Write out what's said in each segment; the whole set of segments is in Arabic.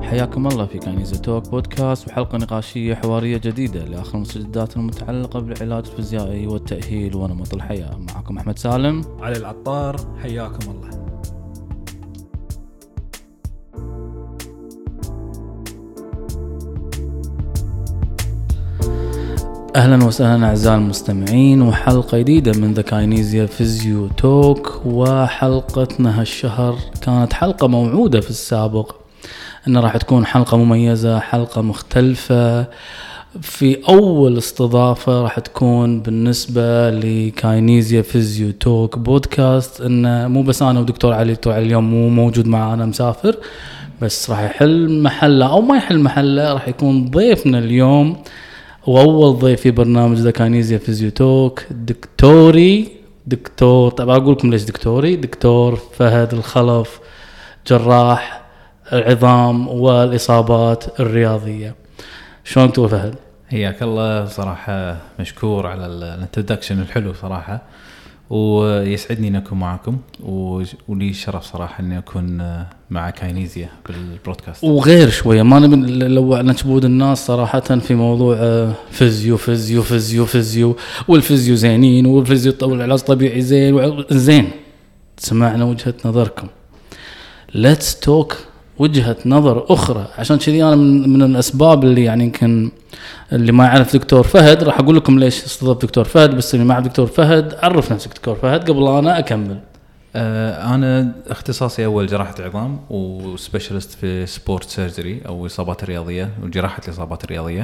حياكم الله في كاينيزيا توك بودكاست وحلقة نقاشية حوارية جديدة لآخر المستجدات المتعلقة بالعلاج الفيزيائي والتأهيل ونمط الحياة. معكم أحمد سالم، علي العطار، حياكم الله. أهلا وسهلا أعزائي المستمعين، وحلقة جديدة من ذا كاينيزيا فيزيو توك. وحلقتنا هالشهر كانت حلقة موعودة في السابق أنها راح تكون حلقة مميزة، حلقة مختلفة. في أول استضافة راح تكون بالنسبة لكاينيزيا فيزيو توك بودكاست، إنه مو بس أنا ودكتور علي. دكتور علي اليوم مو موجود معنا، مسافر، بس راح يحل محله أو ما يحل محله، راح يكون ضيفنا اليوم وأول ضيف في برنامج ذا كاينيزيا فيزيو توك دكتور طبعا أقول لكم ليش دكتور فهد الخلف، جراح العظام والإصابات الرياضية. شلون دكتور فهد؟ حياك الله. صراحة مشكور على الانترودكشن الحلو صراحة، ويسعدني أن أكون معكم، ولي شرف صراحة أن أكون مع كاينيزيا بالبرودكاست. وغير شوية ما نبي لو نشبود الناس صراحة في موضوع فيزيو والفيزيو زينين، والفيزيو والعلاج طبيعي زين. سمعنا وجهة نظركم، let's talk وجهة نظر أخرى. عشان كذي أنا من الأسباب اللي يعني يمكن اللي ما يعرف دكتور فهد راح أقول لكم ليش استضفت دكتور فهد، بس اللي ما يعرف دكتور فهد عرف نفسك دكتور فهد قبل أنا أكمل. أنا اختصاصي أول جراحة عظام وسبيشالست في سبورت سيرجري أو إصابات رياضية وجراحة الإصابات الرياضية.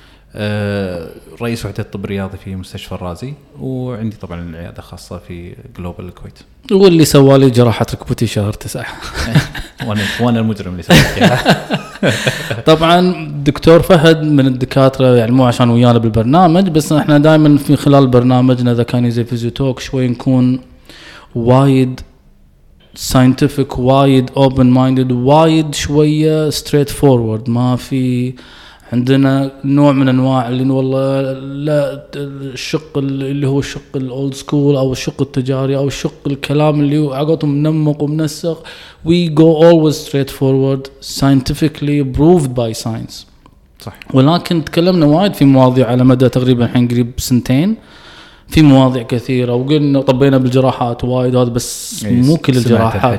رئيس وحدة الطب الرياضي في مستشفى الرازي، وعندي طبعا العيادة خاصة في جلوبال الكويت. واللي سوالي جراحة ركبتي شهر 9 وانا المجرم اللي سويتها. طبعا دكتور فهد من الدكاترة، يعني مو عشان ويانا بالبرنامج، بس احنا دائما في خلال برنامجنا ذا كاينيزيا فيزيو توك شوي نكون وايد scientific، وايد open minded، وايد شوية straight forward. ما في عندنا نوع من انواع اللي والله لا الشق اللي هو الشق الاولد سكول او الشق التجاري او الشق الكلام اللي عقدهم منمق ومنسق. we go always straight forward, scientifically proved by science. صح. ولكن تكلمنا وايد في مواضيع على مدى تقريبا الحين قريب 2 سنين في مواضيع كثيرة، وقلنا طبينا بالجراحات وايد هذا، بس مو كل الجراحات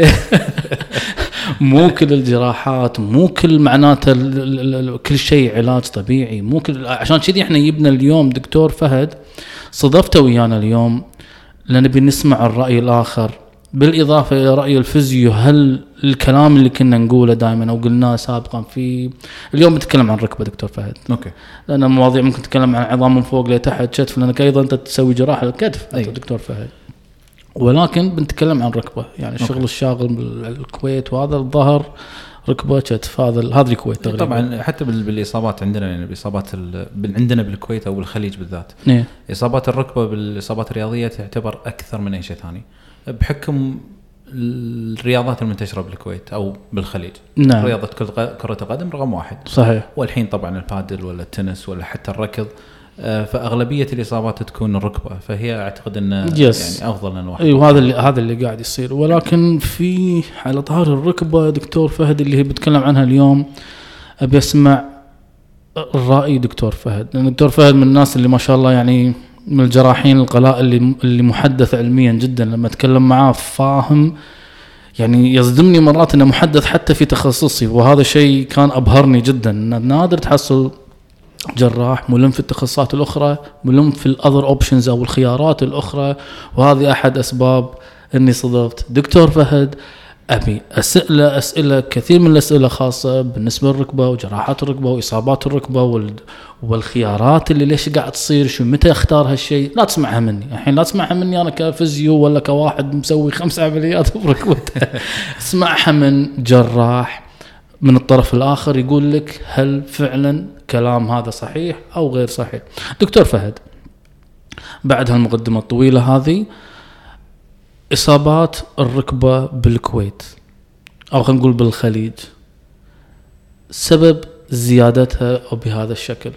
مو كل الجراحات، مو كل معناته كل شيء علاج طبيعي، مو كل. عشان كذي احنا جبنا اليوم دكتور فهد، صدفته ويانا اليوم لنبي نسمع الرأي الآخر، بالإضافة إلى رأي الفيزيو. هل الكلام اللي كنا نقوله دائما أو قلناه سابقا في اليوم بنتكلم عن ركبة دكتور فهد، أوكي، لأن مواضيع ممكن تتكلم عن عظام من فوق لتحت، كتف، لأنك أيضا أنت تسوي جراحة الكتف دكتور فهد، ولكن بنتكلم عن ركبة، يعني الشغل الشاغل بالكويت، وهذا الظهر ركبة كتف، هذا الكويت تقريبا. طبعا حتى بالإصابات عندنا، يعني بالإصابات عندنا بالكويت أو بالخليج بالذات، إصابات الركبة بالإصابات الرياضية تعتبر أكثر من أي شيء ثاني بحكم الرياضات المنتشرة بالكويت أو بالخليج. نعم. رياضة كرة القدم رقم 1 صحيح، والحين طبعا البادل ولا التنس ولا حتى الركض. فأغلبية الإصابات تكون الركبة، فهي أعتقد أن يعني أفضل أنواع. وهذا اللي قاعد يصير. ولكن في على طار الركبة دكتور فهد اللي هي بتكلم عنها اليوم، أبي أسمع الرأي دكتور فهد، لأن دكتور فهد من الناس اللي ما شاء الله يعني من الجراحين القلائل اللي محدث علميا جدا. لما أتكلم معاه فاهم، يعني يصدمني مرات أنه محدث حتى في تخصصي، وهذا شيء كان أبهرني جدا. نادر تحصل جراح ملم في التخصصات الأخرى، ملم في الأذر أوبشنز أو الخيارات الأخرى، وهذه أحد أسباب أني صدفت دكتور فهد. أبي أسئلة كثير من الأسئلة خاصة بالنسبة للركبة وجراحات الركبة وإصابات الركبة والخيارات اللي ليش قاعد تصير، شو متى اختار هالشيء. لا تسمعها مني الحين، لا تسمعها مني أنا كفيزيو ولا كواحد مسوي 5 عمليات بركبته. اسمعها من جراح من الطرف الآخر يقول لك هل فعلا كلام هذا صحيح أو غير صحيح. دكتور فهد، بعد هالمقدمة الطويلة هذه، إصابات الركبة بالكويت أو خلينا نقول بالخليج، سبب زيادتها أو بهذا الشكل.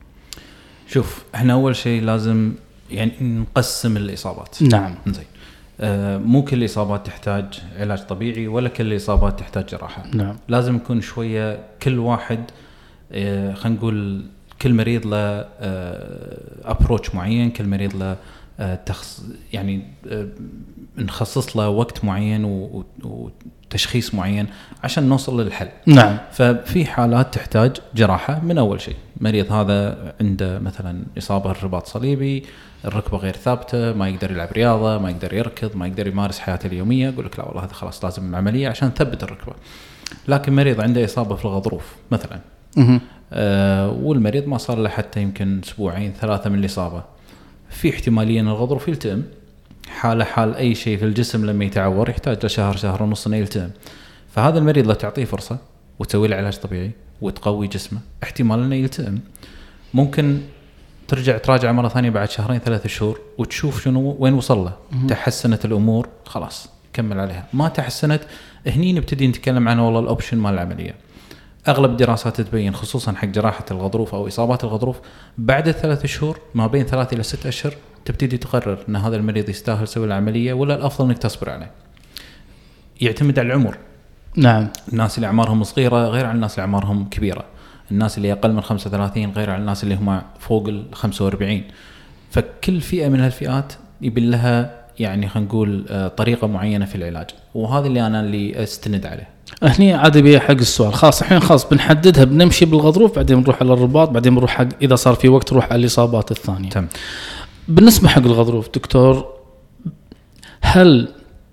شوف، احنا أول شيء لازم يعني نقسم الإصابات. نعم. زين، مو كل الإصابات تحتاج علاج طبيعي ولا كل الإصابات تحتاج جراحة. نعم. لازم يكون شوية كل واحد خلينا نقول كل مريض له أبروتش معين، كل مريض له يعني نخصص له وقت معين وتشخيص معين عشان نوصل للحل. نعم. ففي حالات تحتاج جراحة من أول شيء. مريض هذا عنده مثلا إصابة رباط صليبي، الركبة غير ثابتة، ما يقدر يلعب رياضة، ما يقدر يركض، ما يقدر يمارس حياته اليومية، أقول لك لا والله هذا خلاص لازم عملية عشان نثبت الركبة. لكن مريض عنده إصابة في الغضروف مثلا والمريض ما صار له حتى يمكن أسبوعين 3 من الإصابة، في احتمالية أن الغضروف يلتئم. حال أي شيء في الجسم لما يتعور يحتاج لشهر شهر ونص إنه يلتئم. فهذا المريض لو تعطيه فرصة وتسوي له علاج طبيعي وتقوي جسمه احتمال أنه يلتئم. ممكن ترجع تراجع مرة ثانية بعد 2-3 شهور وتشوف شنو وين وصل له. تحسنت الأمور خلاص كمل عليها، ما تحسنت هني نبتدي نتكلم عنه والله الأوبشن مال العملية. أغلب الدراسات تبين خصوصا حق جراحة الغضروف أو إصابات الغضروف بعد 3 شهور ما بين 3 إلى 6 أشهر تبتدي تقرر أن هذا المريض يستاهل يسوي العملية ولا الأفضل أنك تصبر عليه. يعتمد على العمر. نعم. الناس اللي أعمارهم صغيرة غير عن الناس اللي أعمارهم كبيرة، الناس اللي أقل من 35 غير عن الناس اللي هم فوق 45. فكل فئة من هالفئات يبي لها يعني خلينا نقول طريقة معينة في العلاج، وهذا اللي أستند عليه. هني عاد بي حق السؤال خاص الحين خاص بنحددها، بنمشي بالغضروف بعدين بنروح على الرباط بعدين بنروح حق إذا صار في وقت نروح على الإصابات الثانية. تم. بالنسبة حق الغضروف دكتور، هل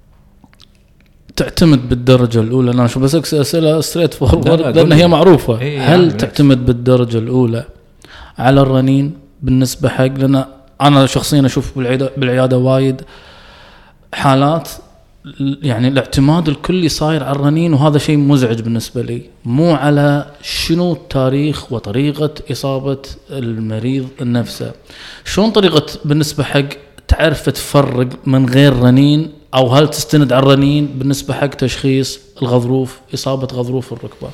تعتمد بالدرجة الأولى؟ أنا شو بس أسئلة ستريت فورورد لأن هي معروفة. هل تعتمد بالدرجة الأولى على الرنين بالنسبة حق؟ لأن أنا شخصيا أشوف بالعيادة وايد حالات يعني الاعتماد الكلي صاير على الرنين، وهذا شيء مزعج بالنسبة لي، مو على شنو التاريخ وطريقة إصابة المريض نفسه. شلون طريقة بالنسبة حق تعرف تفرق من غير رنين، أو هل تستند على الرنين بالنسبة حق تشخيص الغضروف، إصابة غضروف الركبة؟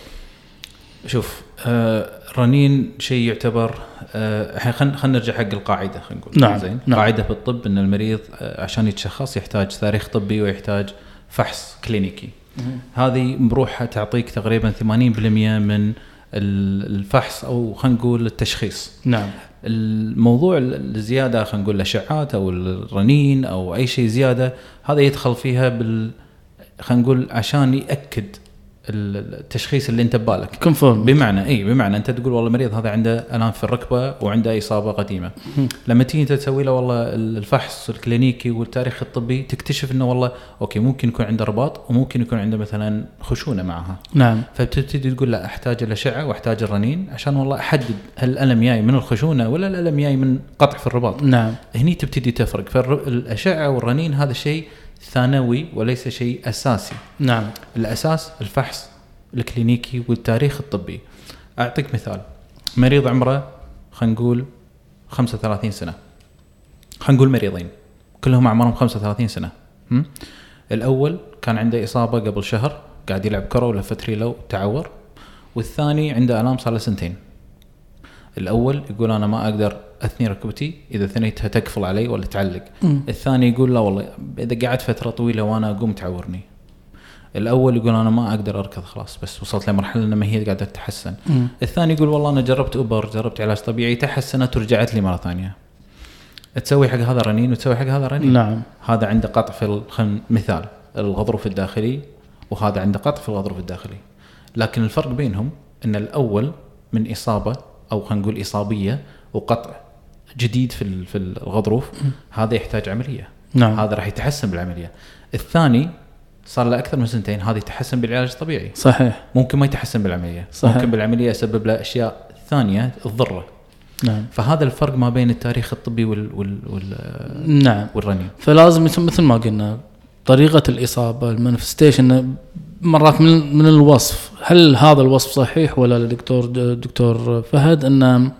شوف رنين شيء يعتبر خلينا نرجع حق القاعدة، خلينا نقول. نعم. زين. نعم. قاعدة بالطب أن المريض عشان يتشخص يحتاج تاريخ طبي ويحتاج فحص كلينيكي. هذه بروحها تعطيك تقريبا 80% من الفحص أو خلينا نقول التشخيص. نعم. الموضوع الزيادة خلينا نقول الأشعات أو الرنين أو أي شيء زيادة هذا يدخل فيها خلينا نقول عشان يأكد التشخيص اللي انت ببالك. كونفيرم. بمعنى انت تقول والله المريض هذا عنده الام في الركبه وعنده اصابه قديمه. لما تيجي انت تسوي له والله الفحص الكلينيكي والتاريخ الطبي تكتشف انه والله اوكي ممكن يكون عنده رباط وممكن يكون عنده مثلا خشونه معها. نعم. فبتبتدي تقول لا احتاج الاشعه واحتاج الرنين عشان والله احدد هل الالم جاي من الخشونه ولا الالم جاي من قطع في الرباط. نعم. هني تبتدي تفرق. فالاشعه والرنين هذا شيء ثانوي وليس شيء أساسي. نعم. الأساس الفحص الكلينيكي والتاريخ الطبي. أعطيك مثال، مريض عمره خلينا نقول 35 سنة، خلينا نقول مريضين كلهم أعمارهم 35 سنة. الأول كان عنده إصابة قبل شهر قاعد يلعب كرة ولفت ريله وتعور، والثاني عنده آلام صار له 2 سنين. الأول يقول أنا ما أقدر أثني ركبتي إذا ثنيتها تقفل علي ولا تعلق. الثاني يقول لا والله إذا قعدت فترة طويلة وأنا أقوم تعورني. الأول يقول أنا ما أقدر أركض خلاص بس وصلت لمرحلة إن ما هي قاعدة تتحسن. الثاني يقول والله أنا جربت أوبر جربت علاج طبيعي تحسنت ورجعت لي مرة ثانية. تسوي حق هذا رنين وتسوي حق هذا رنين. نعم. هذا عنده قطع في مثال الغضروف الداخلي وهذا عنده قطع في الغضروف الداخلي، لكن الفرق بينهم إن الأول من إصابة أو خلينا نقول إصابية وقطع جديد في الغضروف هذا يحتاج عملية. نعم. هذا راح يتحسن بالعملية. الثاني صار له أكثر من 2 سنين هذا يتحسن بالعلاج الطبيعي. صحيح. ممكن ما يتحسن بالعملية. صحيح. ممكن بالعملية يسبب له أشياء ثانية تضره. نعم. فهذا الفرق ما بين التاريخ الطبي نعم. والرنين. فلازم مثل ما قلنا طريقة الإصابة المانيفستيشن مرات من الوصف. هل هذا الوصف صحيح ولا دكتور فهد أن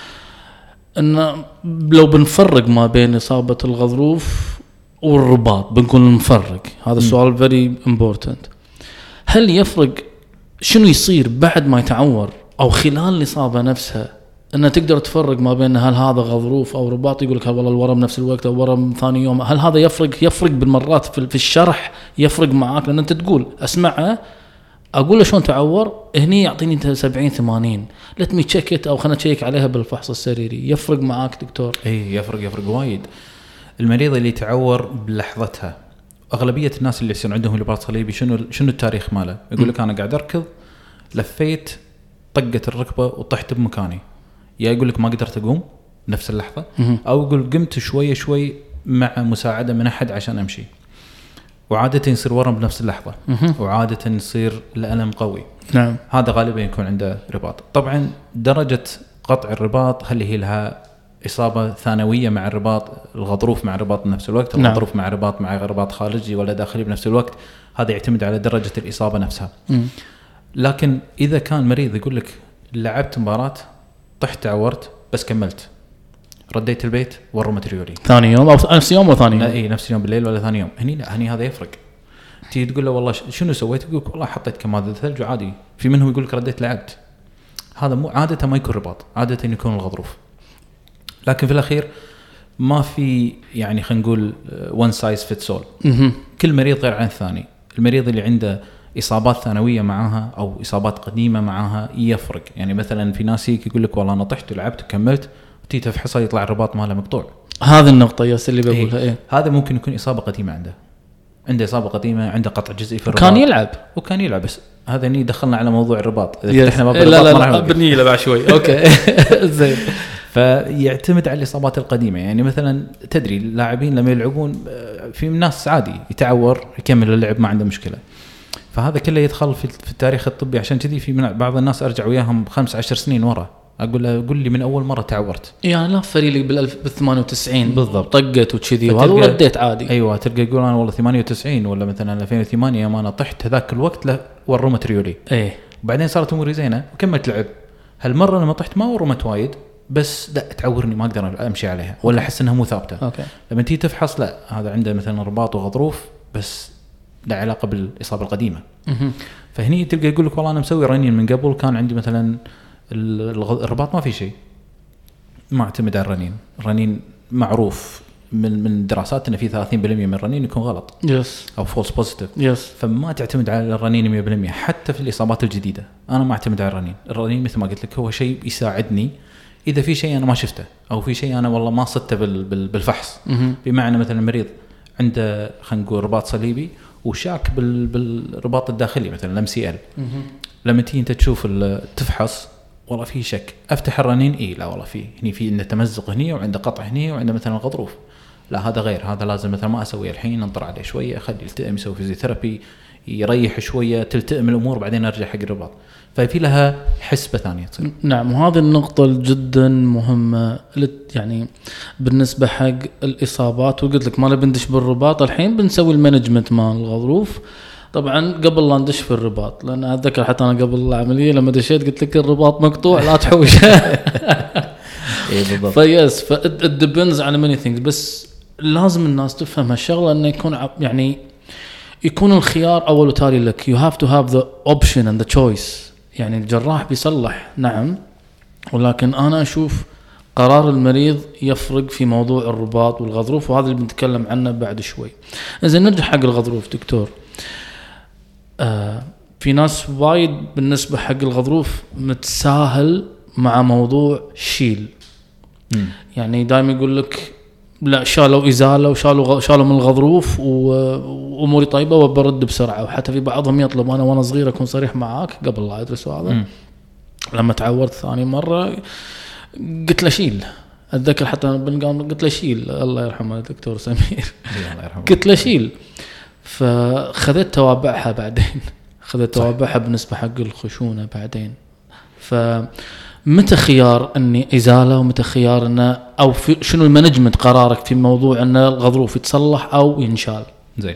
لو بنفرق ما بين إصابة الغضروف والرباط بنكون نفرق؟ هذا السؤال very important. هل يفرق شنو يصير بعد ما يتعور أو خلال الإصابة نفسها ان تقدر تفرق ما بين هل هذا غضروف او رباط. يقول لك والله الورم نفس الوقت او ورم ثاني يوم. هل هذا يفرق بالمرات في الشرح يفرق معاك؟ لان انت تقول اسمعه اقول له شلون تعور هني يعطيني انت 70-80 let me check it او خلنا نشيك عليها بالفحص السريري. يفرق معاك دكتور؟ اي يفرق وايد. المريض اللي تعور بلحظتها اغلبيه الناس اللي يصير عندهم رباط صليبي شنو التاريخ ماله؟ يقول لك انا قاعد اركض لفيت طقت الركبه وطحت بمكاني. يا يقول لك ما قدرت اقوم نفس اللحظه او يقول قمت شوي مع مساعده من احد عشان امشي. وعاده يصير ورم بنفس اللحظه وعاده يصير الالم قوي. نعم. هذا غالبا يكون عنده رباط. طبعا درجه قطع الرباط هل هي لها اصابه ثانويه مع الرباط، الغضروف مع الرباط بنفس الوقت، الغضروف مع رباط رباط خارجي ولا داخلي بنفس الوقت، هذا يعتمد على درجه الاصابه نفسها. لكن اذا كان مريض يقول لك لعبت مباراه طحت تعورت بس كملت رديت البيت ورمت ريولي ثاني يوم او نفس يوم وثاني يوم، اي نفس يوم بالليل ولا ثاني يوم، هني هذا يفرق. تيجي تقول له والله شنو سويت؟ يقول والله حطيت كمادة ثلج وعادي. في منهم يقول لك رديت لعبت. هذا مو عاده ما يكون رباط، عاده يكون الغضروف. لكن في الاخير ما في يعني خلينا نقول one size fits all. كل مريض غير عن الثاني. المريض اللي عنده اصابات ثانويه معاها او اصابات قديمه معاها يفرق. يعني مثلا في ناس يقول لك والله انا طحت ولعبت وكملت وتي تفحصه يطلع الرباط ماله مقطوع. هذه النقطه يا اللي بقولها. هذا ممكن يكون اصابه قديمه عنده اصابه قديمه، عنده قطع جزئي في الرباط وكان يلعب بس هذا ني دخلنا على موضوع الرباط. اذا فتحنا باب الرباط لا بنيه له بعد شوي. اوكي زين. فيعتمد على الاصابات القديمه. يعني مثلا تدري اللاعبين لما يلعبون في ناس عادي يتعور يكمل اللعب ما عنده مشكله. فهذا كله يدخل في التاريخ الطبي. عشان كذي في بعض الناس ارجع وياهم 15 سنين ورا اقول له قل لي من اول مره تعورت. يعني لا فريق بال 98 بالضبط طقت وكذي وهذا رديت عادي. ايوه تلقى يقول انا والله 98 ولا مثلا 2008 ما انا طحت هذاك الوقت له ورمت ريولي. ايه وبعدين صارت اموري زينه وكملت لعب. هالمره لما طحت ما ورمت وايد بس لا تعورني ما اقدر امشي عليها ولا احس انها مو ثابته. أوكي. لما تيجي تفحص لا هذا عنده مثلا رباط وغضروف بس له علاقه بالاصابه القديمه. فهني تلقى يقول لك والله انا مسوي رنين من قبل كان عندي مثلا الرباط ما في شيء. ما اعتمد على الرنين معروف من دراسات انه في 30% من الرنين يكون غلط او فولس بوزيتيف. فما تعتمد على الرنين 100%. حتى في الاصابات الجديده انا ما اعتمد على الرنين مثل ما قلت لك هو شيء يساعدني اذا في شيء انا ما شفته او في شيء انا والله ما صدته بالفحص. بمعنى مثلا المريض عنده خلينا نقول رباط صليبي وشاك بالرباط الداخلي مثلا MCL. لما تيجي انت تشوف تفحص والله في شك افتح الرنين لا والله في عنده تمزق هني وعنده قطع هني وعنده مثلا غضروف. لا هذا غير، هذا لازم مثلا ما اسويه الحين انطر عليه شويه اخليه يلتئم يسوي فيزيوثيرابي يريح شويه تلتئم الامور بعدين ارجع حق الرباط. ففي لها حسبه ثانيه تصير. نعم. وهذه النقطه جدا مهمه يعني بالنسبه حق الاصابات. وقلت لك ما بندش بالرباط الحين بنسوي المانجمنت مال الغضروف. طبعا قبل لا ندش في الرباط لان اتذكر حتى انا قبل العمليه لما دشيت قلت لك الرباط مقطوع لا تحوش. اي بالضبط. فيس فديبندز على ماني ثينجز. بس لازم الناس تفهم هالشغله انه يكون يعني يكون الخيار اول وتالي لك. you have to have the option and the choice. يعني الجراح بيصلح نعم ولكن انا اشوف قرار المريض يفرق في موضوع الرباط والغضروف وهذا اللي بنتكلم عنه بعد شوي. اذا نرجع حق الغضروف دكتور. في ناس وايد بالنسبه حق الغضروف متساهل مع موضوع شيل. يعني دائما يقول لك لا شالوا ازاله وشالوا من الغضروف واموري طيبه وبرد بسرعه. وحتى في بعضهم يطلب انا وانا صغير اكون صريح معاك قبل لا ادرس هذا لما تعورت ثاني مره قلت له شيل. اتذكر حتى بنقام قلت له شيل الله يرحمه الدكتور سمير. قلت له شيل. فخذت توابعها بعدين خذت توابعها بالنسبه حق الخشونه بعدين. فمتى خيار اني ازاله ومتى خيار انه او شنو المانجمنت قرارك في موضوع ان الغضروف يتصلح او ينشال؟ زين.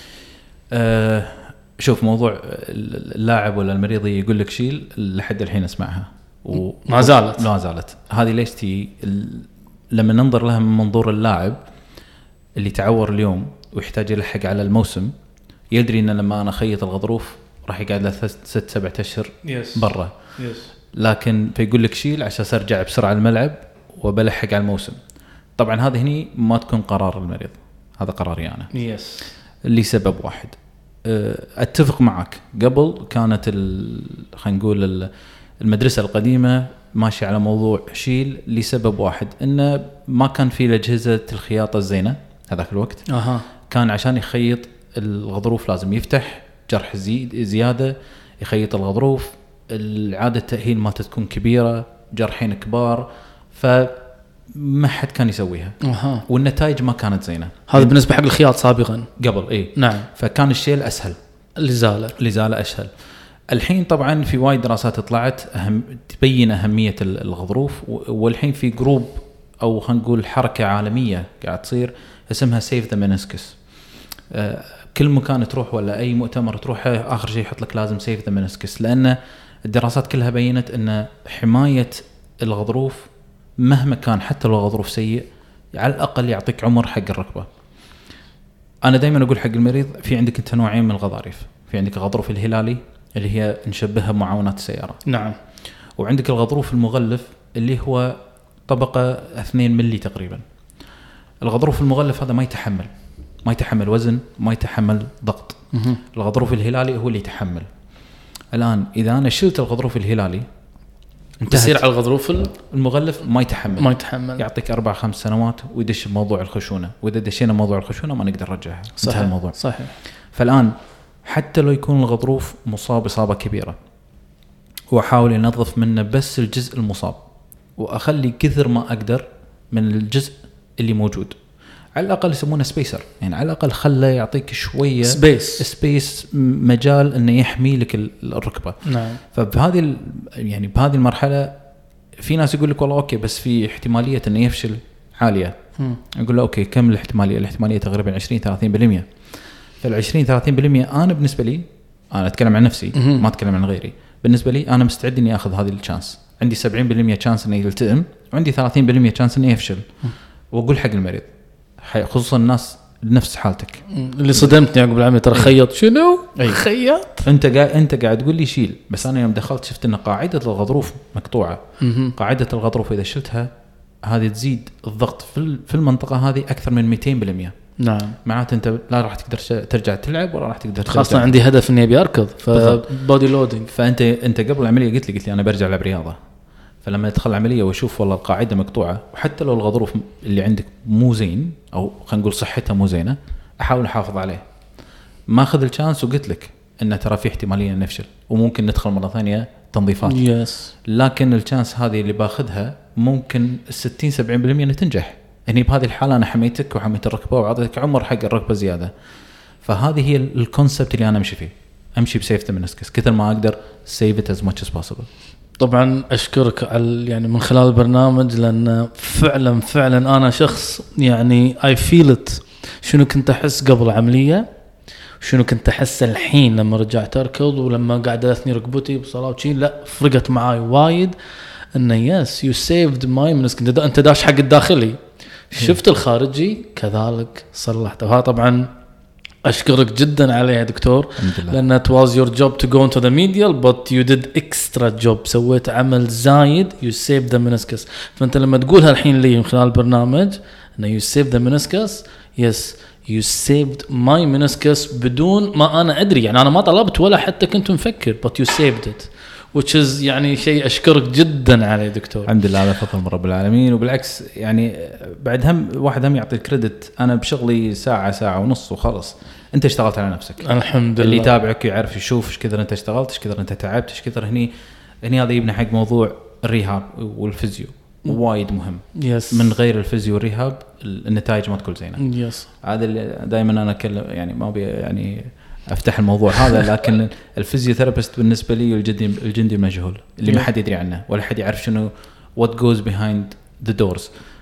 شوف موضوع اللاعب ولا المريض يقول لك شيل لحد الحين اسمعها ما زالت. هذه ليش تي لما ننظر لها من منظور اللاعب اللي تعور اليوم ويحتاج يلحق على الموسم يدري ان لما انا اخيط الغضروف راح يقعد له 6-7 اشهر برا. لكن فيقول لك شيل عشان ارجع بسرعه الملعب وبلحق على الموسم. طبعا هذه هني ما تكون قرار المريض، هذا قراري انا. يس. لسبب واحد، اتفق معك. قبل كانت خلينا نقول المدرسه القديمه ماشي على موضوع شيل لسبب واحد، انه ما كان في الاجهزه الخياطه الزينه هذاك الوقت. كان عشان يخيط الغضروف لازم يفتح جرح زياده، يخيط الغضروف، العاده التاهيل ما تكون كبيره، جرحين كبار، فما حد كان يسويها. والنتائج ما كانت زينه. هذا بالنسبه حق الخياط سابقا قبل نعم. فكان الشيل اسهل، الازاله اسهل. الحين طبعا في وايد دراسات طلعت تبين أهمية الغضروف، والحين في جروب أو خلينا نقول حركة عالمية قاعد تصير اسمها Save the Meniscus. كل مكان تروح ولا أي مؤتمر تروح آخر شيء يحط لك لازم Save the Meniscus، لأن الدراسات كلها بينت أن حماية الغضروف مهما كان حتى لو الغضروف سيء على الأقل يعطيك عمر حق الركبة. أنا دايما أقول حق المريض في عندك أنت نوعين من الغضاريف، في عندك الغضروف الهلالي اللي هي نشبهها بمعاونات السيارة. نعم. وعندك الغضروف المغلف اللي هو طبقة 2 ملي تقريبا. الغضروف المغلف هذا ما يتحمل وزن، ما يتحمل ضغط. الغضروف الهلالي هو اللي يتحمل. الآن إذا أنا شلت الغضروف الهلالي تصير على الغضروف المغلف ما يتحمل، يعطيك 4-5 سنوات ويدش بموضوع الخشونة، وإذا دشينا موضوع الخشونة ما نقدر نرجعها. صحيح. الموضوع صحيح. فالآن حتى لو يكون الغضروف مصاب إصابة كبيرة وأحاول أنظف منه بس الجزء المصاب وأخلي كثر ما أقدر من الجزء اللي موجود، على الأقل يسمونه سبيسر، يعني على الأقل خله يعطيك شوية سبيس مجال أنه يحمي لك الركبة. نعم. فبهذه يعني بهذه المرحلة في ناس يقول لك والله أوكي بس في احتمالية أنه يفشل عالية. يقول له أوكي كم الاحتمالية تقريبا 20-30%. فال20-30% أنا بالنسبة لي، أنا أتكلم عن نفسي ما أتكلم عن غيري، بالنسبة لي أنا مستعد إني أخذ هذه الشانس. عندي 70% شانس إنه يلتئم، وعندي 30% شانس إنه يفشل. وأقول حق المريض خصوصا الناس نفس حالتك اللي صدمتني عقب العملية، ترى خيط شنو؟ خيط أنت قاعد تقول لي شيل، بس أنا يوم دخلت شفت إن قاعدة الغضروف مقطوعة. قاعدة الغضروف إذا شلتها هذه تزيد الضغط في المنطقة هذه أكثر من 200%. نعم. معناته انت لا راح تقدر ترجع تلعب ولا راح تقدر خاصه عندي هدف اني ابي اركض، فبودي لودينج. فانت قبل العمليه قلت لي انا برجع العب رياضه. فلما ادخل العمليه واشوف والله القاعده مقطوعه، وحتى لو الغضروف اللي عندك مو زين او خلينا نقول صحته مو زينه، احاول احافظ عليه، ما اخذ الشانس. وقلت لك ان ترى في احتماليه نفشل وممكن ندخل مره ثانيه تنظيفات. لكن الشانس هذه اللي باخذها ممكن 60-70% ان تنجح. يعني بهذه الحالة أنا حميتك وحميت الركبة وعطيتك عمر حق الركبة زيادة. فهذه هي الكونسبت اللي أنا أمشي فيه، أمشي بسيف ذا منسكس كثر ما أقدر save it as much as possible. طبعا أشكرك على يعني من خلال البرنامج، لأن فعلا أنا شخص يعني I feel it. شنو كنت أحس قبل العملية، شنو كنت أحس الحين لما رجعت أركض ولما قاعد أثني ركبتي بصلاة وشين، لا فرقت معاي وايد. إنه yes you saved my meniscus. أنت داش حق الداخلي، شفت الخارجي كذلك صلحته. وها طبعا أشكرك جدا عليها دكتور، لأن it was your job to go into the medial but you did extra job. سويت عمل زايد، you saved the meniscus. فأنت لما تقولها الحين لي من خلال البرنامج أنه you saved the meniscus، yes you saved my meniscus بدون ما أنا أدري. يعني أنا ما طلبت ولا حتى كنت مفكر but you saved it, which is يعني شيء أشكرك جدا عليه دكتور. الحمد لله، هذا فضل من رب العالمين. وبالعكس يعني بعد واحد هم يعطي الكريدت. أنا بشغلي ساعة ونص وخلص. أنت اشتغلت على نفسك، الحمد لله. اللي يتابعك يعرف يشوف إيش كثر أنت اشتغلت، إيش كثر أنت تعبت، إيش كثر هني هذا يبني حق موضوع الريهاب والفيزيو وايد مهم. من غير الفيزيو والريهاب النتائج ما تكون زينة. هذا اللي دائما أنا أتكلم، يعني ما بي يعني أفتح الموضوع هذا، لكن الفيزيوثيرابيست بالنسبة لي الجندي المجهول اللي ما حد يدري عنه ولا حد يعرف شنو what goes behind the doors.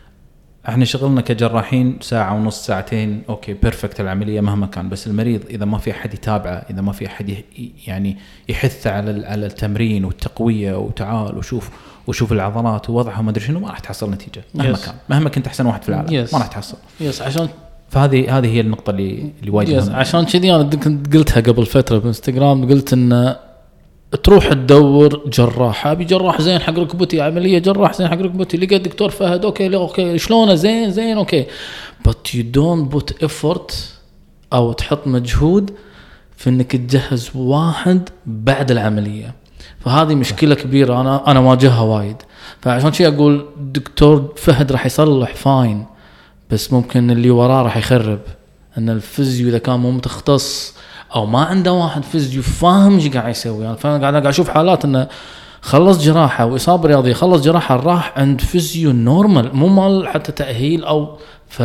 احنا شغلنا كجراحين ساعة ونص ساعتين اوكي بيرفكت العملية مهما كان، بس المريض اذا ما في احد يتابعه، اذا ما في احد يعني يحث على التمرين والتقوية وتعال وشوف العضلات ووضعها ما ادري شنو، ما راح تحصل نتيجة مهما كان، مهما كنت احسن واحد في العالم ما راح تحصل. عشان فهذه هي النقطة اللي وايد عشان كذي أنا كنت قلتها قبل فترة بإنستغرام، قلت إن تروح تدور جراح، ابي جراح زين حق ركبتي، عمليه جراح زين حق ركبتي، لقيت دكتور فهد اوكي شلونه زين اوكي، but you don't put effort او تحط مجهود في انك تجهز واحد بعد العمليه. فهذه مشكله كبيره انا واجهها وايد. فعشان شيء اقول دكتور فهد راح يصلح فاين، بس ممكن اللي وراه راح يخرب. ان الفيزيو اذا كان مو متخصص او ما عنده واحد فيزيو فاهم ايش قاعد يسوي. يعني فانا قاعد اشوف حالات انه خلص جراحه واصابه رياضيه، خلص جراحه راح عند فيزيو نورمال مو مال حتى تاهيل او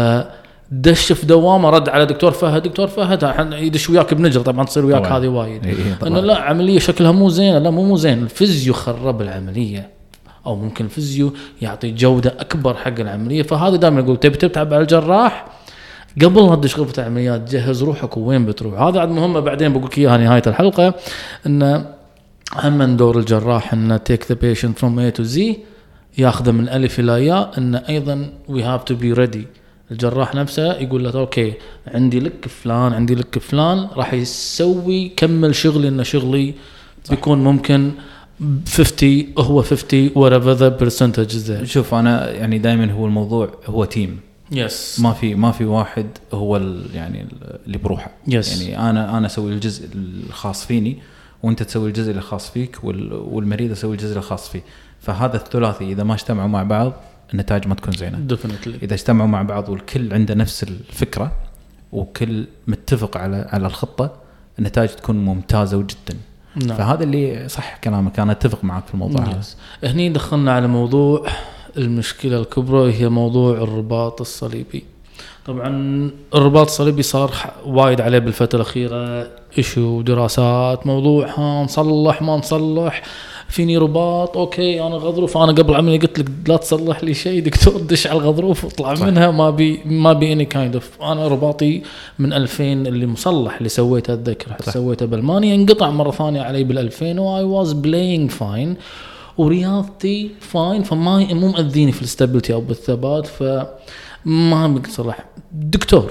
دش في دوامه، رد على دكتور فهد يدش وياك بنجر. طبعا تصير وياك هذه وايد انه لا عمليه شكلها مو زين، لا مو زين، الفيزيو خرب العمليه، او ممكن الفيزيو يعطي جوده اكبر حق العمليه. فهذا دائما اقول تبي تتعب على الجراح قبل لا تدش غرفه العمليات، جهز روحك وين بتروح. هذا عاد مهمه بعدين بقول لك اياها نهايه الحلقه، ان هم دور الجراح ان take the patient from A to Z، ياخذه من الف الى ياء. ان ايضا we have to be ready. الجراح نفسه يقول له اوكي عندي لك فلان راح يسوي كمل شغلي، ان شغلي بيكون ممكن 50 هو 50 whatever the percentage is there. شوف انا يعني دائما هو الموضوع هو تيم. يس ما في واحد هو يعني اللي بروحه. يعني انا اسوي الجزء الخاص فيني، وانت تسوي الجزء الخاص فيك، والمريض يسوي الجزء الخاص فيه. فهذا الثلاثي اذا ما اجتمعوا مع بعض النتائج ما تكون زينه. اذا اجتمعوا مع بعض والكل عنده نفس الفكره وكل متفق على الخطه، النتائج تكون ممتازه جدا. نعم. فهذا اللي صح كلامك، انا اتفق معك في الموضوع هذا. هني دخلنا على موضوع المشكله الكبرى، هي موضوع الرباط الصليبي. طبعا الرباط الصليبي صار وايد عليه بالفتره الاخيره ايشو دراسات، موضوع نصلح ما نصلح، فيني رباط اوكي انا غضروف، انا قبل عملي قلت لك لا تصلح لي شيء دكتور، دش على الغضروف واطلع منها، ما بي اني كايند اوف. انا رباطي من 2000 اللي مصلح اللي سويته اتذكر سويته بالمانيا، انقطع مره ثانيه علي بال2000 واي واز بلاينج فاين ورياضتي فاين، فما مو مأذيني في الاستابيليتي او بالثبات، فما بقدر اصلح. دكتور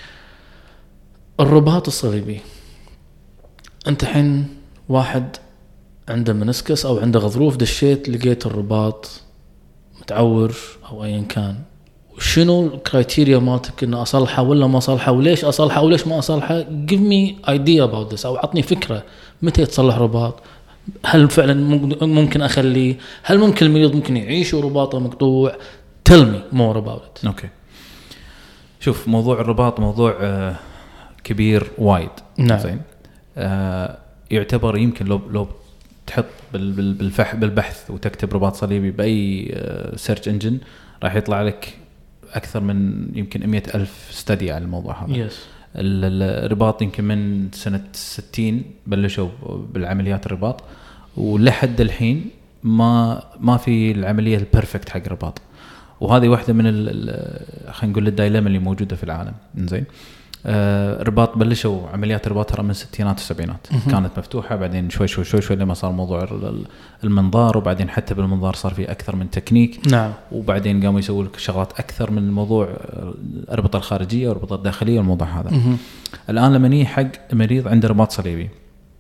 الرباط الصليبي، انت حين واحد عنده منسكس او عنده غضروف، دشيت لقيت الرباط متعور او ايا كان، شنو الكرايتيريا مالتك ان اصلحه ولا ما اصلحه، وليش اصلحه وليش ما اصلحه؟ give me idea about this، او عطني فكره متى يتصلح رباط، هل فعلا ممكن اخليه، هل ممكن المريض ممكن يعيش ورباطه مقطوع؟ tell me more about it. اوكي شوف، موضوع الرباط موضوع كبير وايد. نعم. زين. يعتبر يمكن لو تحط بالبحث وتكتب رباط صليبي باي سيرش انجن راح يطلع لك اكثر من يمكن 100,000 استدي على الموضوع هذا. الرباط يمكن من سنه 60 بلشوا بالعمليات الرباط، ولحد الحين ما في العمليه البرفكت حق الرباط. وهذه واحده من خلينا نقول الدايلما اللي موجوده في العالم. زين. الرباط بلشوا عمليات الرباط ترى من الستينات والسبعينات، كانت مفتوحه، بعدين شوي لما صار موضوع المنظار، وبعدين حتى بالمنظار صار في اكثر من تكنيك. نعم. وبعدين قاموا يسووا لك شغلات اكثر من الموضوع الربطه الخارجيه والربطه الداخليه والموضوع هذا. الان لما نيجي حق مريض عنده رباط صليبي،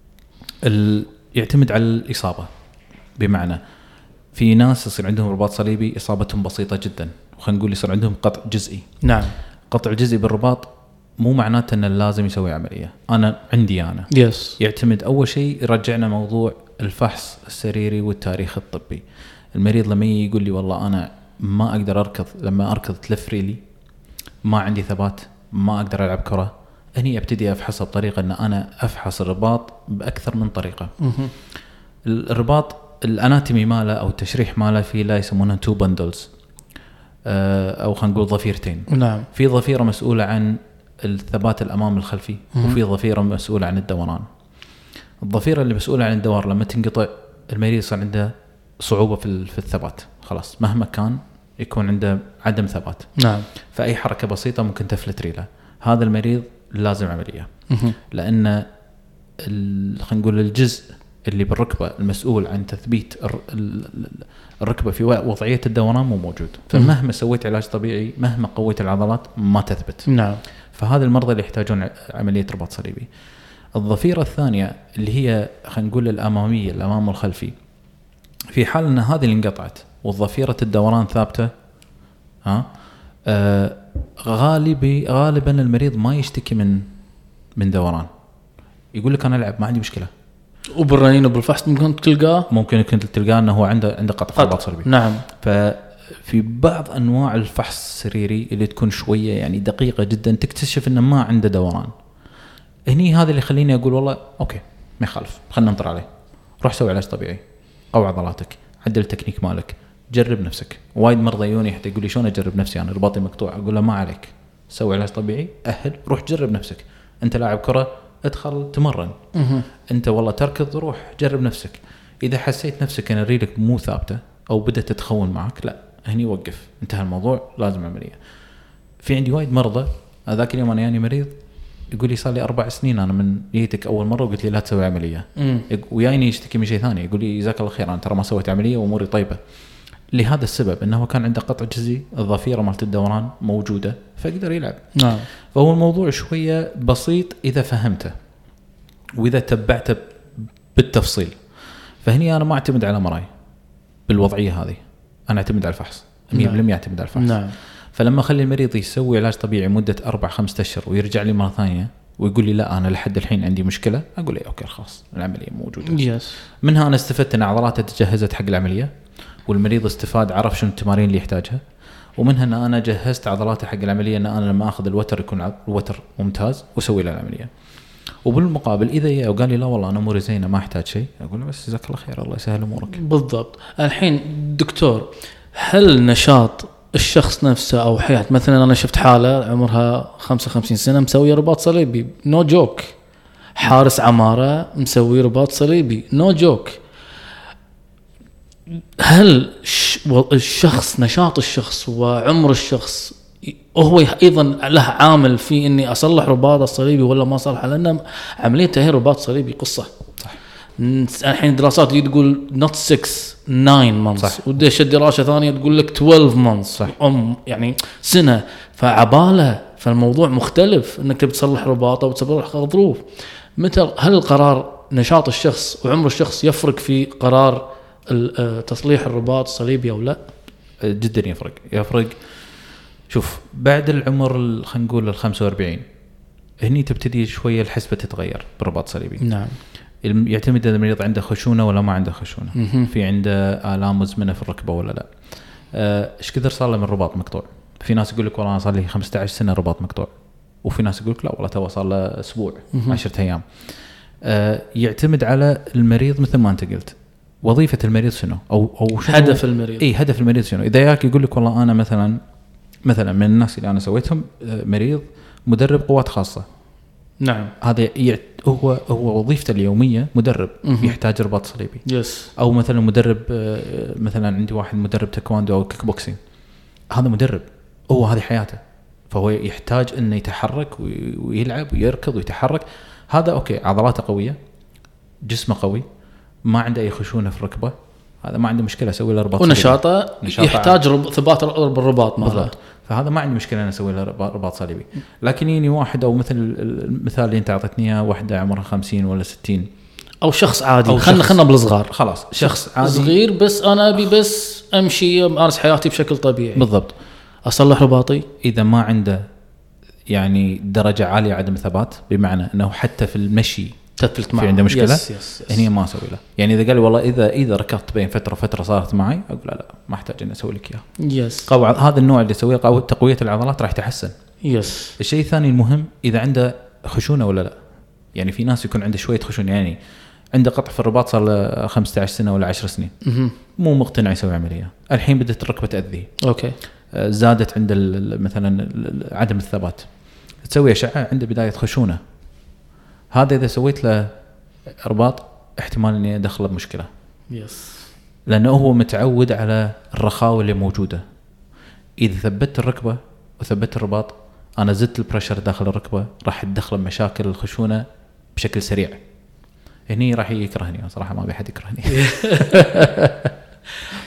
يعتمد على الاصابه. بمعنى في ناس يصير عندهم رباط صليبي اصابتهم بسيطه جدا، وخلينا نقول يصير عندهم قطع جزئي. نعم. قطع جزئي بالرباط مو معناته انه لازم يسوي عمليه. انا عندي يعتمد اول شيء يرجعنا موضوع الفحص السريري والتاريخ الطبي. المريض لما يقول لي والله انا ما اقدر اركض، لما اركض تلف ريلي، ما عندي ثبات، ما اقدر العب كره، اني ابتدي افحص بطريقه ان انا افحص الرباط باكثر من طريقه. الرباط الاناتومي ماله او التشريح ماله في لا يسمونه 2 بندلز، او خلينا نقول ضفيرتين. نعم. في ضفيره مسؤوله عن الثبات الامام الخلفي، وفي ضفيره مسؤوله عن الدوران. الضفيره اللي مسؤوله عن الدوار لما تنقطع المريض صار عنده صعوبه في الثبات، خلاص مهما كان يكون عنده عدم ثبات. نعم. فاي حركه بسيطه ممكن تفلت ريله. هذا المريض لازم عمليه، لان خلينا نقول الجزء اللي بالركبه المسؤول عن تثبيت الركبه في وضعيه الدوران مو موجود. فمهما سويت علاج طبيعي، مهما قويت العضلات، ما تثبت. نعم. فهذا المرضى اللي يحتاجون عمليه رباط صليبي. الضفيرة الثانية اللي هي خلينا نقول الأمامية، الأمام والخلفي، في حال أن هذه اللي انقطعت والضفيرة الدوران ثابتة غالبا المريض ما يشتكي من دوران، يقول لك أنا ألعب ما عندي مشكلة. وبالرنين وبالفحص ممكن كنت تلقاه أنه هو عنده قطع في الرباط الصليبي. نعم. ففي بعض أنواع الفحص السريري اللي تكون شوية يعني دقيقة جدا تكتشف أنه ما عنده دوران. هني هذا اللي يخليني أقول والله أوكي ما يخالف، خلنا ننطر عليه، روح سوي علاج طبيعي، قوي عضلاتك، عدل التكنيك مالك، جرب نفسك. وايد مرضى يوني حتى يقول لي شلون أجرب نفسي أنا رباطي مقطوع، أقول له ما عليك، سوي علاج طبيعي، أهل، روح جرب نفسك. أنت لاعب كرة ادخل تمرن، أنت والله تركض روح جرب نفسك. إذا حسيت نفسك أن رجلك مو ثابتة أو بدأت تتخون معك، لا هني وقف، انتهى الموضوع، لازم عملية. في عندي وايد مرضى، ذاك اليوم أنا يعني مريض يقول لي صار لي 4 سنين أنا من جيتك أول مرة وقلت لي لا تسوي عملية، ويايني يشتكي من شيء ثاني، يقول لي جزاك الله خير أنا ترى ما سويت عملية وأموري طيبة. لهذا السبب أنه كان عنده قطع جزئي، الضفيرة مالت الدوران موجودة فقدر يلعب. نعم. فهو الموضوع شوية بسيط إذا فهمته وإذا تبعته بالتفصيل. فهني أنا ما أعتمد على مراي بالوضعية هذه، أنا أعتمد على الفحص 100%. أعتمد على الفحص. نعم. فلما أخلي المريض يسوي علاج طبيعي مدة 4-5 أشهر ويرجع لي مرة ثانية ويقول لي لا أنا لحد الحين عندي مشكلة، أقول لي أوكي خلاص العملية موجودة. منها أنا استفدت أن عضلاته تجهزت حق العملية، والمريض استفاد عرف شنو التمارين اللي يحتاجها، ومنها أن أنا جهزت عضلاته حق العملية، أن أنا لما أخذ الوتر يكون الوتر ممتاز وسوي له العملية. وبالمقابل إذا جاء وقال لي لا والله أنا أموري زينة ما أحتاج شيء، أقول له بس جزاك الله خير الله يسهل أمورك. بالضبط. الحين دكتور، هل نشاط الشخص نفسه أو حياة، مثلا أنا شفت حالة عمرها 55 سنة مسوي رباط صليبي نو جوك، حارس عمارة مسوي رباط صليبي نو جوك، هل الشخص نشاط الشخص وعمر الشخص هو أيضا له عامل في إني أصلح رباط الصليبي ولا ما أصلحه؟ لأن عملية هي رباط صليبي قصة. صح. الحين دراسات تقول not 6-9 months، وديش الدراسة ثانية تقول لك 12 months. صح. يعني سنة، فعبالة، فالموضوع مختلف إنك تبي تصلح رباطه وتصلح ظروف. متى هل القرار نشاط الشخص وعمر الشخص يفرق في قرار تصليح الرباط الصليبي أو لا؟ جدا يفرق. شوف بعد العمر خلينا نقول 45 هني تبتدي شوية الحسبة تتغير بالرباط الصليبي. نعم. يعتمد إذا المريض عنده خشونة ولا ما عنده خشونة، في عنده آلام مزمنة في الركبة ولا لا، إيش كثر صار له من رباط مقطوع. في ناس يقول لك والله أنا صار لي 15 سنة رباط مقطوع، وفي ناس يقول لك لا والله تو صار له أسبوع 10 أيام. يعتمد على المريض مثل ما أنت قلت، وظيفة المريض شنو أو هدف المريض. هدف المريض شنو. إذا ياك يقول لك والله أنا مثلا من الناس اللي أنا سويتهم مريض مدرب قوات خاصة. نعم. هذا هو وظيفته اليومية مدرب يحتاج رباط صليبي. يس. أو مثلا مدرب، مثلا عندي واحد مدرب تايكواندو أو كيك بوكسينج، هذا مدرب هو هذه حياته، فهو يحتاج إنه يتحرك ويلعب ويركض ويتحرك. هذا أوكي عضلاته قوية، جسمه قوي، ما عنده أي خشونة في الركبة، هذا ما عنده مشكلة أسوي له رباط. ونشاطه يحتاج ثبات بالرباط مثلا، فهذا ما عندي مشكلة أنا أسوي له رباط صليبي. لكن يني واحد أو مثل المثال اللي أنت أعطتني إياه، واحدة عمرها 50 ولا 60، أو شخص عادي، خلنا بالصغار، خلاص شخص عادي صغير بس أنا أبي بس أمشي أمارس حياتي بشكل طبيعي. بالضبط. أصلح رباطي إذا ما عنده يعني درجة عالية عدم ثبات، بمعنى أنه حتى في المشي تثبت معه في عنده مشكلة، يس. هني ما أسوي له. يعني إذا قال لي والله إذا ركضت بين فترة صارت معي، أقول لا ما أحتاج إني أسوي لك إياه. يس. هذا النوع اللي يسويه تقوية العضلات راح يتحسن. يس. الشيء الثاني المهم إذا عنده خشونة ولا لا. يعني في ناس يكون عنده شوية خشونة، يعني عنده قطع في الرباط صار له 15 سنة ولا 10 سنين، مو مقتنع يسوي عملية، الحين بدأت الركبة تأذيه. أوكي. زادت عند مثلا عدم الثبات، تسوي أشعة عنده بداية خشونة. هذا إذا سويت له رباط احتمال إني أدخله بمشكلة. يس. لأنه هو متعود على الرخاوة اللي موجودة. إذا ثبت الركبة وثبت الرباط، أنا زدت البريشر داخل الركبة، راح تدخل مشاكل الخشونة بشكل سريع. هني راح يكرهني صراحة، ما بيحد يكرهني.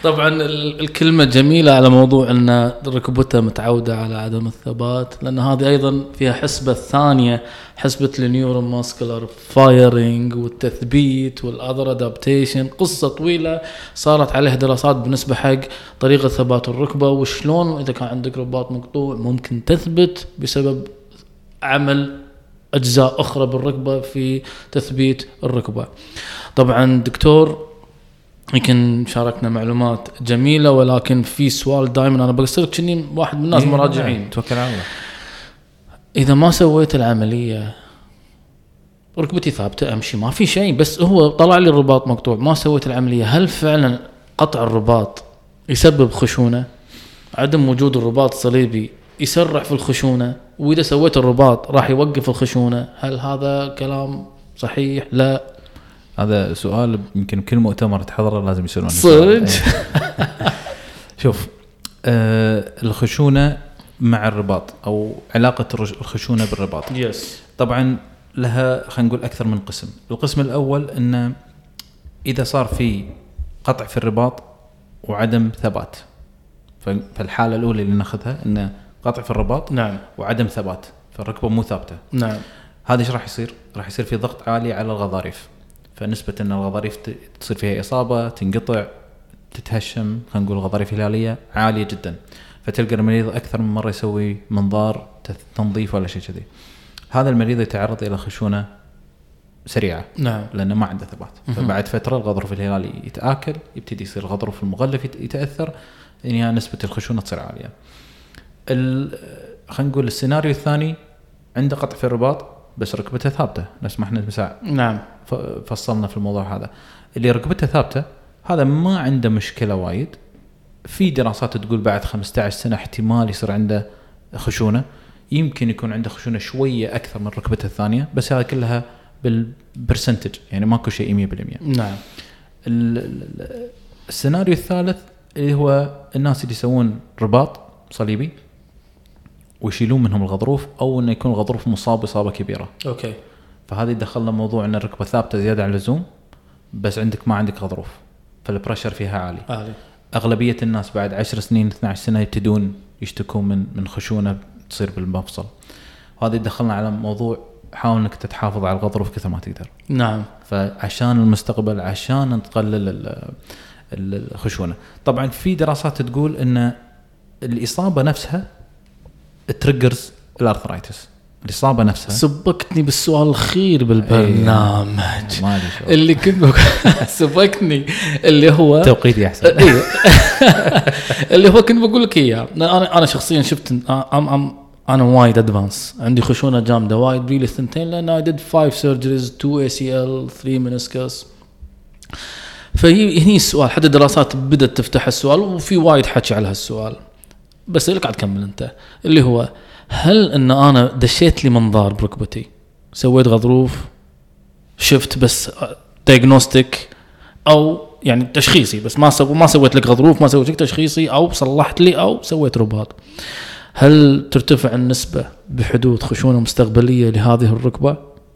طبعا الكلمة جميلة على موضوع أن ركبته متعودة على عدم الثبات، لأن هذه أيضا فيها حسبة ثانية، حسبة النيورو ماسكولار فايرنج والتثبيت والأذر أدابتيشن. قصة طويلة صارت عليها دراسات بالنسبة حق طريقة ثبات الركبة، وشلون إذا كان عندك رباط مقطوع ممكن تثبت بسبب عمل أجزاء أخرى بالركبة في تثبيت الركبة. طبعا دكتور يمكن شاركنا معلومات جميلة، ولكن في سؤال دائما أنا بقصرك كني واحد من الناس مراجعين. توكل على الله. إذا ما سويت العملية ركبتي ثابتة أمشي ما في شيء، بس هو طلع لي الرباط مقطوع ما سويت العملية، هل فعلا قطع الرباط يسبب خشونة؟ عدم وجود الرباط الصليبي يسرع في الخشونة؟ وإذا سويت الرباط راح يوقف الخشونة؟ هل هذا كلام صحيح؟ لا. هذا سؤال يمكن كل مؤتمر تحضره لازم يسألونه صدق. شوف الخشونة مع الرباط أو علاقة الخشونة بالرباط طبعا لها خلينا نقول أكثر من قسم. القسم الأول أن إذا صار في قطع في الرباط وعدم ثبات، فالحالة الأولى اللي ناخذها أن قطع في الرباط نعم وعدم ثبات، فالركبة مو ثابتة. نعم. هذا إيش راح يصير؟ راح يصير في ضغط عالي على الغضاريف، فنسبة أن الغضاريف تصير فيها إصابة، تنقطع، تتهشم، خلينا نقول غضاريف هلالية عالية جدا، فتلقى المريض أكثر من مرة يسوي منظار تنظيف ولا شيء كذي. هذا المريض يتعرض إلى خشونة سريعة. نعم. لأنه ما عنده ثبات. فبعد فترة الغضروف الهلالي يتآكل، يبتدي يصير الغضروف المغلف يتأثر، يعني نسبة الخشونة تصير عالية. خلينا نقول السيناريو الثاني عنده قطع في الرباط بس ركبته ثابتة، نفس ما احنا مساء نعم فصلنا في الموضوع هذا. اللي ركبته ثابتة هذا ما عنده مشكلة وايد. في دراسات تقول بعد 15 سنة احتمال يصير عنده خشونة، يمكن يكون عنده خشونة شوية أكثر من ركبته الثانية، بس هذا كلها بالبرسنتج، يعني ماكو شيء 100%. نعم. السيناريو الثالث اللي هو الناس اللي يسوون رباط صليبي ويشيلون منهم الغضروف، أو إنه يكون الغضروف مصاب إصابة كبيرة. أوكي. فهذا يدخلنا موضوع إن الركبة ثابتة زيادة عن اللزوم، بس عندك ما عندك غضروف، فالبريشر فيها عالي. أغلبية الناس بعد 10 سنين 12 سنة يبتدون يشتكون من خشونة تصير بالمفصل. هذا يدخلنا على موضوع حاول إنك تتحافظ على الغضروف كثر ما تقدر. نعم. فعشان المستقبل، عشان تقلل الخشونة. طبعا في دراسات تقول إن الإصابة نفسها تريجرز الارثرايتس. الإصابة نفسها. سبقتني بالسؤال الأخير بالبرنامج اللي كنت سبقتني اللي هو توقيتي أحسن. اللي هو كنت بقول لك إياه. أنا شخصيا شفت أنا وايد أدفانس، عندي خشونة جامدة وايد بريلي 2 لأن I did 5 surgeries 2 ACL 3 meniscus. فهي هني السؤال، حتى دراسات بدأت تفتح السؤال وفي وايد حكي على هالسؤال، بس لك قاعد تكمل أنت، اللي هو هل إن أنا دشيت لي منظار بركبتي، سويت غضروف، شفت بس دايجنوستيك أو يعني تشخيصي، بس ما سويت لك غضروف، ما سويت لك تشخيصي، أو صلحت لي أو سويت رباط، هل ترتفع النسبة بحدوث خشونة مستقبلية لهذه الركبة؟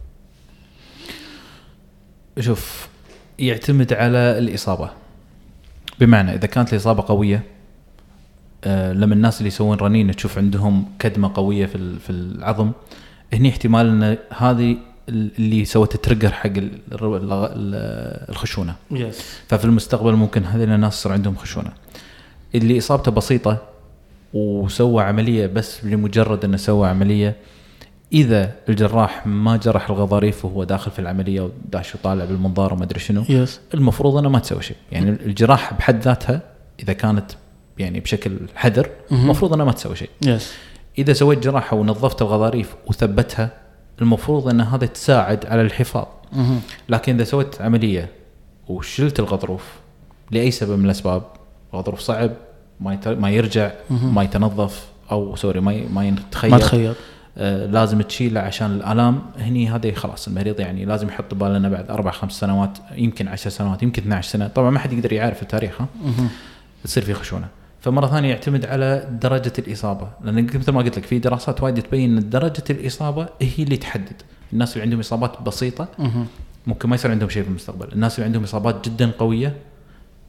شوف، يعتمد على الإصابة. بمعنى إذا كانت الإصابة قوية، لما الناس اللي يسوون رنين تشوف عندهم كدمة قوية في العظم، هني احتمال أن هذه اللي سوت التريجر حق الخشونة. ففي المستقبل ممكن هذه الناس صار عندهم خشونة. اللي إصابته بسيطة وسوى عملية بس لمجرد أنه سوى عملية، إذا الجراح ما جرح الغضاريف وهو داخل في العملية وداش وطالع بالمنظار وما أدري شنو، المفروض أنه ما تسوي شيء. يعني الجراح بحد ذاتها إذا كانت يعني بشكل حذر المفروض أنه ما تسوي شيء. إذا سويت جراحة ونظفت الغضاريف وثبتها، المفروض أن هذا تساعد على الحفاظ. لكن إذا سويت عملية وشلت الغضروف لأي سبب من الأسباب، الغضروف صعب ما يرجع، ما يتنظف، أو سوري ما يتخيط، لازم تشيله عشان الآلام، هني هذا خلاص المريض يعني لازم يحط بالنا بعد 4-5 سنوات، يمكن 10 سنوات، يمكن 12 سنة، طبعا ما حد يقدر يعرف التاريخ، تصير في خشونة. فمرة ثانية يعتمد على درجة الإصابة، لأن مثل ما قلت لك في دراسات وايد تبين أن درجة الإصابة هي اللي تحدد. الناس اللي عندهم إصابات بسيطة ممكن ما يصير عندهم شيء في المستقبل. الناس اللي عندهم إصابات جدا قوية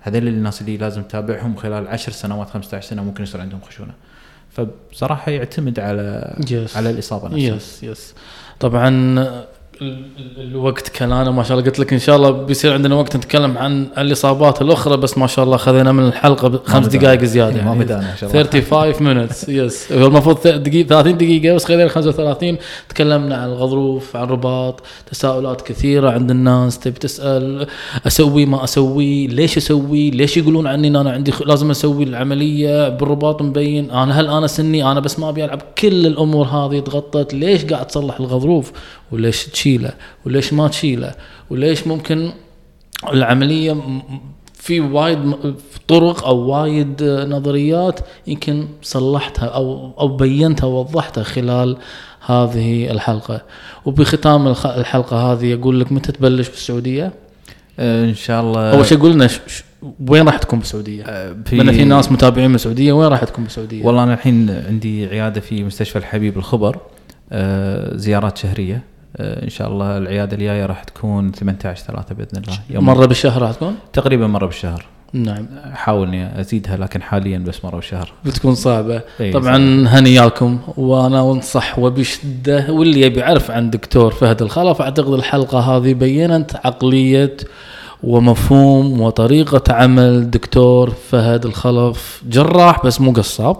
هذول الناس اللي لازم تتابعهم خلال 10 سنوات 15 سنة ممكن يصير عندهم خشونة. فبصراحة يعتمد على الإصابة نفسها. يس طبعا الوقت كلامنا ما شاء الله قلت لك ان شاء الله بيصير عندنا وقت نتكلم عن الاصابات الاخرى بس ما شاء الله خذينا من الحلقه 5 دقائق زياده ما بدانا ان شاء الله 35 minutes يس هو المفروض 30 دقيقه بس خلينا 35. تكلمنا عن الغضروف عن الرباط تساؤلات كثيره عند الناس تبي تسال اسوي ما اسوي ليش اسوي ليش يقولون عني ان انا عندي لازم اسوي العمليه بالرباط مبين انا هل انا سني انا بس ما ابي العب كل الامور هذه تغطت ليش قاعد تصلح الغضروف وليش تشيله وليش ما تشيله وليش ممكن العملية في وايد طرق أو وايد نظريات يمكن صلحتها أو بينتها ووضحتها خلال هذه الحلقة. وبختام الحلقة هذه أقول لك متى تبلش بالسعودية؟ إن شاء الله. أول شيء قلنا وين راح تكون بالسعودية؟ لأن في ناس متابعين بالسعودية وين راح تكون بالسعودية؟ والله أنا الحين عندي عيادة في مستشفى الحبيب الخبر زيارات شهرية إن شاء الله. العيادة الجاية راح تكون 18/3 بإذن الله. مرة بالشهر راح تكون؟ تقريبا مرة بالشهر. نعم. أحاول إني أزيدها لكن حاليا بس مرة بالشهر. بتكون صعبة. طبعا هنياكم وأنا أنصح وبشدة واللي يبي يعرف عن دكتور فهد الخلف أعتقد الحلقة هذه بيّنت عقلية ومفهوم وطريقة عمل دكتور فهد الخلف. جراح بس مو قصاب.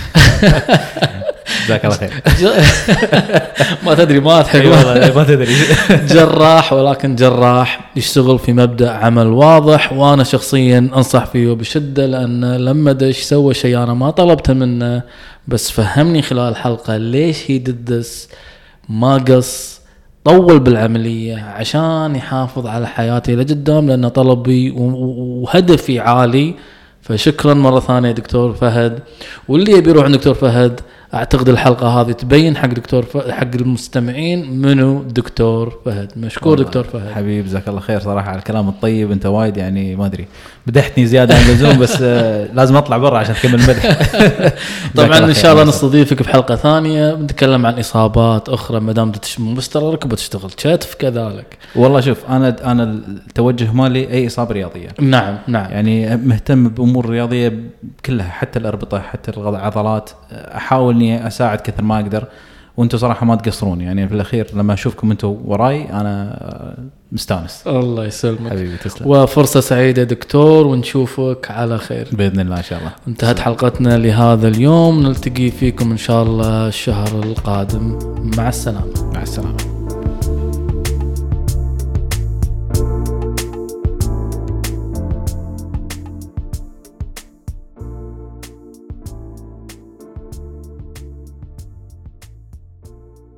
جزاك الله خير. ما تدري ما أضحك والله ما تدري. جراح ولكن جراح يشتغل في مبدأ عمل واضح وأنا شخصيا أنصح فيه بشدة لأن لما دش سوى شيء أنا ما طلبته منه بس فهمني خلال الحلقة ليش هي ددس ما قص طول بالعملية عشان يحافظ على حياتي لقدام لأن طلبي وهدفي عالي. فشكرا مرة ثانية دكتور فهد. واللي يبي يروح عند دكتور فهد أعتقد الحلقة هذه تبين حق دكتور حق المستمعين منو دكتور فهد. مشكور دكتور فهد حبيب جزاك الله خير صراحة على الكلام الطيب. أنت وايد يعني ما أدري بدحتني زيادة عن اللزوم بس لازم أطلع برا عشان تكمل المدح. طبعا إن شاء الله نستضيفك بحلقة ثانية بنتكلم عن إصابات أخرى مدام مستر ركبة تشتغل كتف كذلك. والله شوف أنا التوجه مالي أي إصابة رياضية. نعم يعني مهتم بأمور رياضية كلها حتى الأربطة حتى العضلات أحاول إني أساعد كثر ما أقدر وأنتوا صراحة ما تقصرون يعني في الأخير لما أشوفكم أنتوا وراي أنا مستانس. الله يسلمك حبيبي تسلم. وفرصة سعيدة دكتور ونشوفك على خير بإذن الله إن شاء الله. انتهت حلقتنا لهذا اليوم نلتقي فيكم إن شاء الله الشهر القادم. مع السلامة. مع السلامة.